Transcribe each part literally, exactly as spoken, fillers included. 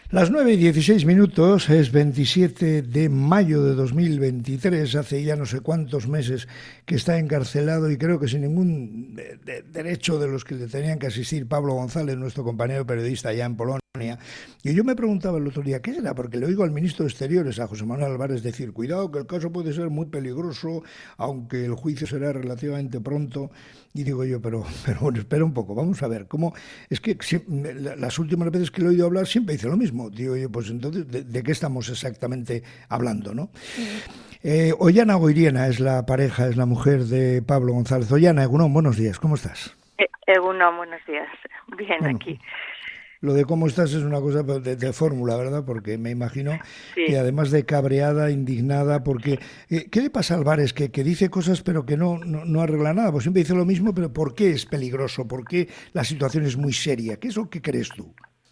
Las nueve y dieciséis minutos, es veintisiete de mayo de dos mil veintitrés, hace ya no sé cuántos meses que está encarcelado y creo que sin ningún de, de, derecho de los que le tenían que asistir Pablo González, nuestro compañero periodista allá en Polonia. Y yo me preguntaba el otro día, ¿qué era? Porque le oigo al ministro de Exteriores, a José Manuel Álvarez, decir, cuidado que el caso puede ser muy peligroso, aunque el juicio será relativamente pronto. Y digo yo, pero, pero bueno, espera un poco, vamos a ver, ¿cómo? Es que si, las últimas veces que le he oído hablar siempre dice lo mismo. Digo yo, pues entonces, ¿de, de qué estamos exactamente hablando, no? Eh, Ollana Goiriena es la pareja, es la mujer de Pablo González. Ollana, Egunon, buenos días, ¿cómo estás? Egunon, buenos días. Bien, Bueno, aquí. lo de cómo estás es una cosa de, de fórmula, ¿verdad? Porque me imagino Sí. que además de cabreada, indignada, porque eh, ¿qué le pasa a Álvarez? Que, que dice cosas pero que no, no, no arregla nada. Pues siempre dice lo mismo, pero ¿por qué es peligroso? ¿Por qué la situación es muy seria? ¿Qué es lo que crees tú?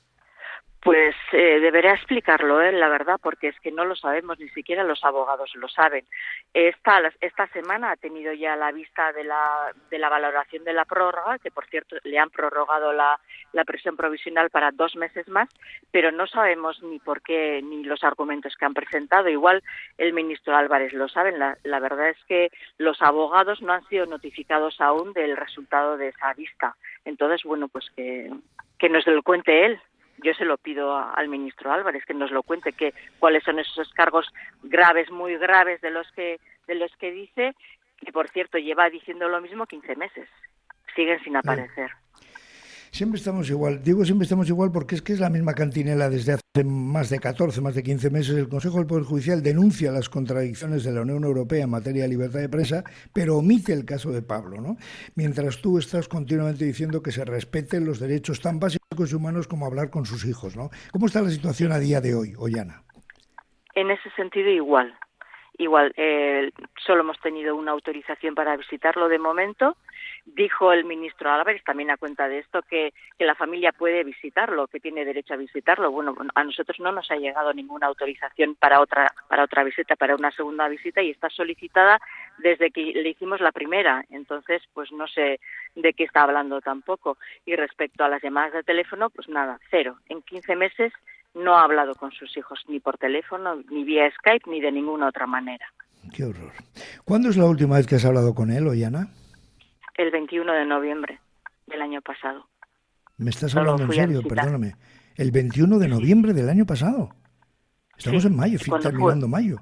Pues eh, deberá explicarlo él, la verdad, porque es que no lo sabemos, ni siquiera los abogados lo saben. Esta, esta semana ha tenido ya la vista de la, de la valoración de la prórroga, que por cierto le han prorrogado la, la prisión provisional para dos meses más, pero no sabemos ni por qué ni los argumentos que han presentado. Igual el ministro Álvarez lo sabe. La, la verdad es que los abogados no han sido notificados aún del resultado de esa vista. Entonces, bueno, pues que, que nos lo cuente él. Yo se lo pido a, al ministro Álvarez que nos lo cuente, que cuáles son esos cargos graves, muy graves de los que de los que dice, que por cierto lleva diciendo lo mismo quince meses. Siguen sin aparecer. Siempre estamos igual. Digo siempre estamos igual porque es que es la misma cantinela desde hace más de catorce, más de quince meses. El Consejo del Poder Judicial denuncia las contradicciones de la Unión Europea en materia de libertad de prensa, pero omite el caso de Pablo, ¿no? Mientras tú estás continuamente diciendo que se respeten los derechos tan básicos y humanos como hablar con sus hijos, ¿no? ¿Cómo está la situación a día de hoy, Ollana? En ese sentido igual. Igual, eh, solo hemos tenido una autorización para visitarlo de momento. Dijo el ministro Álvarez, también a cuenta de esto, que, que la familia puede visitarlo, que tiene derecho a visitarlo. Bueno, a nosotros no nos ha llegado ninguna autorización para otra para otra visita, para una segunda visita, y está solicitada desde que le hicimos la primera. Entonces, pues no sé de qué está hablando tampoco. Y respecto a las llamadas de teléfono, pues nada, cero. En quince meses no ha hablado con sus hijos ni por teléfono, ni vía Skype, ni de ninguna otra manera. Qué horror. ¿Cuándo es la última vez que has hablado con él, Ollana? El veintiuno de noviembre del año pasado. ¿Me estás Solo hablando en fui a serio? visitar. Perdóname. El veintiuno de Sí, noviembre del año pasado. Estamos sí, en mayo, cuando fue. terminando mayo.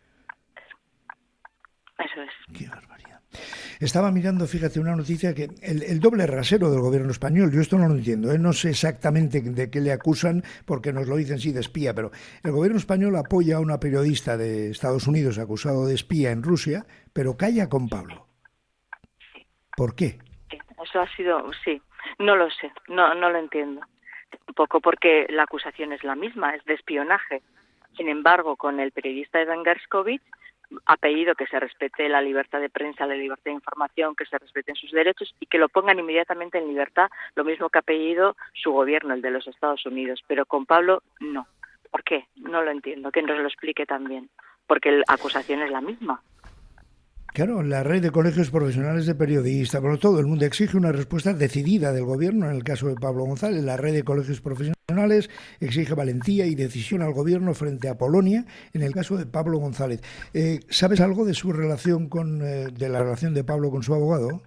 Eso es. Qué barbaridad. Estaba mirando, fíjate, una noticia que el, el doble rasero del gobierno español, yo esto no lo entiendo, ¿eh? No sé exactamente de qué le acusan, porque nos lo dicen sí de espía, pero el gobierno español apoya a una periodista de Estados Unidos acusado de espía en Rusia, pero calla con Pablo. ¿Por qué? Sí, eso ha sido, sí, no lo sé, no, no lo entiendo. Un poco porque la acusación es la misma, es de espionaje. Sin embargo, con el periodista Evan Gershkovich ha pedido que se respete la libertad de prensa, la libertad de información, que se respeten sus derechos y que lo pongan inmediatamente en libertad, lo mismo que ha pedido su gobierno, el de los Estados Unidos. Pero con Pablo, no. ¿Por qué? No lo entiendo, que nos lo explique también. Porque la acusación es la misma. Claro, la red de colegios profesionales de periodistas, pero todo el mundo exige una respuesta decidida del gobierno en el caso de Pablo González. La red de colegios profesionales exige valentía y decisión al gobierno frente a Polonia en el caso de Pablo González. Eh, ¿Sabes algo de su relación con, eh, de la relación de Pablo con su abogado?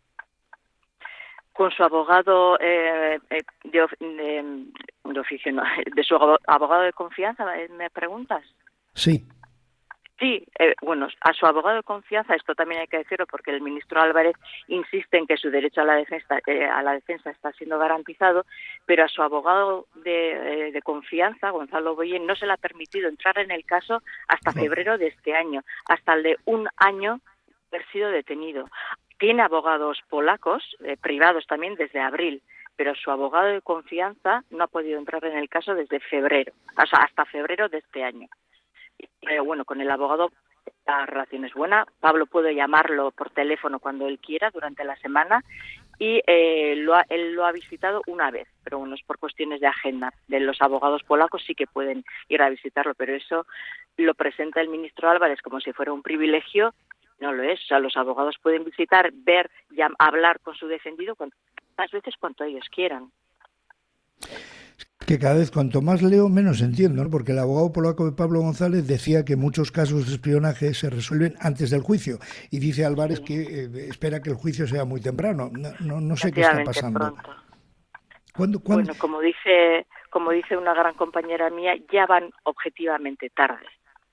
Con su abogado eh, de, de, de oficio, no, de su abogado de confianza, ¿me preguntas? Sí. Sí, eh, bueno, a su abogado de confianza, esto también hay que decirlo porque el ministro Álvarez insiste en que su derecho a la defensa, eh, a la defensa está siendo garantizado, pero a su abogado de, eh, de confianza, Gonzalo Boyen, no se le ha permitido entrar en el caso hasta febrero de este año, hasta el de un año de haber sido detenido. Tiene abogados polacos, eh, privados también, desde abril, pero su abogado de confianza no ha podido entrar en el caso desde febrero, o sea, hasta febrero de este año. Pero bueno, con el abogado la relación es buena. Pablo puede llamarlo por teléfono cuando él quiera durante la semana y eh, lo ha, él lo ha visitado una vez, pero bueno, es por cuestiones de agenda. De los abogados polacos sí que pueden ir a visitarlo, pero eso lo presenta el ministro Álvarez como si fuera un privilegio. No lo es. O sea, los abogados pueden visitar, ver, llam, hablar con su defendido cuantas veces cuanto ellos quieran. que cada vez cuanto más leo menos entiendo, ¿no? Porque el abogado polaco de Pablo González decía que muchos casos de espionaje se resuelven antes del juicio y dice Álvarez Sí. que eh, espera que el juicio sea muy temprano. No, no, no sé qué está pasando. Pronto. ¿Cuándo, cuándo? Bueno, como dice, como dice una gran compañera mía, ya van objetivamente tarde.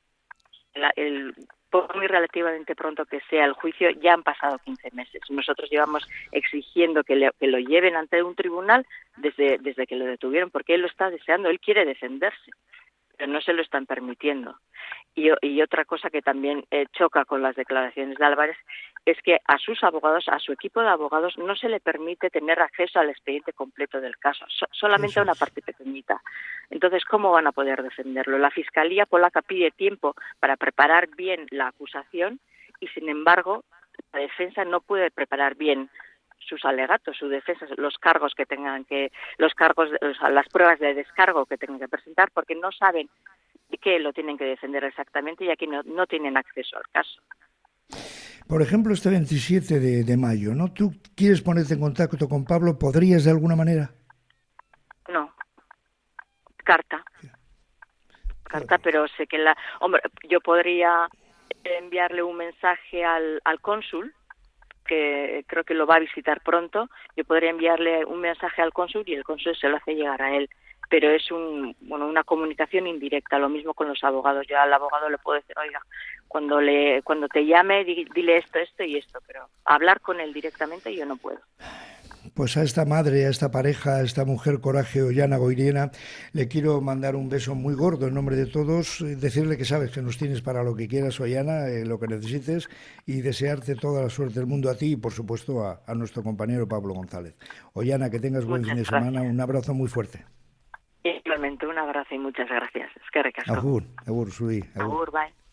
La, el, por muy relativamente pronto que sea el juicio, ya han pasado quince meses. Nosotros llevamos exigiendo que, le, que lo lleven ante un tribunal desde, desde que lo detuvieron, porque él lo está deseando, él quiere defenderse, pero no se lo están permitiendo. Y, y otra cosa que también eh, choca con las declaraciones de Álvarez es que a sus abogados, a su equipo de abogados, no se le permite tener acceso al expediente completo del caso, so, solamente a una parte pequeñita. Entonces, ¿cómo van a poder defenderlo? La Fiscalía polaca pide tiempo para preparar bien la acusación y, sin embargo, la defensa no puede preparar bien sus alegatos, su defensa, los cargos que tengan que, los cargos, o sea, las pruebas de descargo que tengan que presentar, porque no saben que lo tienen que defender exactamente y aquí no, no tienen acceso al caso. Por ejemplo, este veintisiete de, de mayo, ¿no? ¿Tú quieres ponerte en contacto con Pablo? ¿Podrías de alguna manera? No. Carta. Carta, claro. Pero sé que la... Hombre, yo podría enviarle un mensaje al, al cónsul, que creo que lo va a visitar pronto. Yo podría enviarle un mensaje al cónsul y el cónsul se lo hace llegar a él. Pero es un bueno una comunicación indirecta, lo mismo con los abogados. Yo al abogado le puedo decir, oiga, cuando le cuando te llame, dile esto, esto y esto, pero hablar con él directamente yo no puedo. Pues a esta madre, a esta pareja, a esta mujer coraje, Ollana Goiriena, le quiero mandar un beso muy gordo en nombre de todos, decirle que sabes que nos tienes para lo que quieras, Ollana, eh, lo que necesites, y desearte toda la suerte del mundo a ti y, por supuesto, a, a nuestro compañero Pablo González. Ollana, que tengas buen Muchas fin de gracias. semana, un abrazo muy fuerte. Igualmente, un abrazo y muchas gracias. Es que recasco. Agur, agur, Suri. Agur, bye.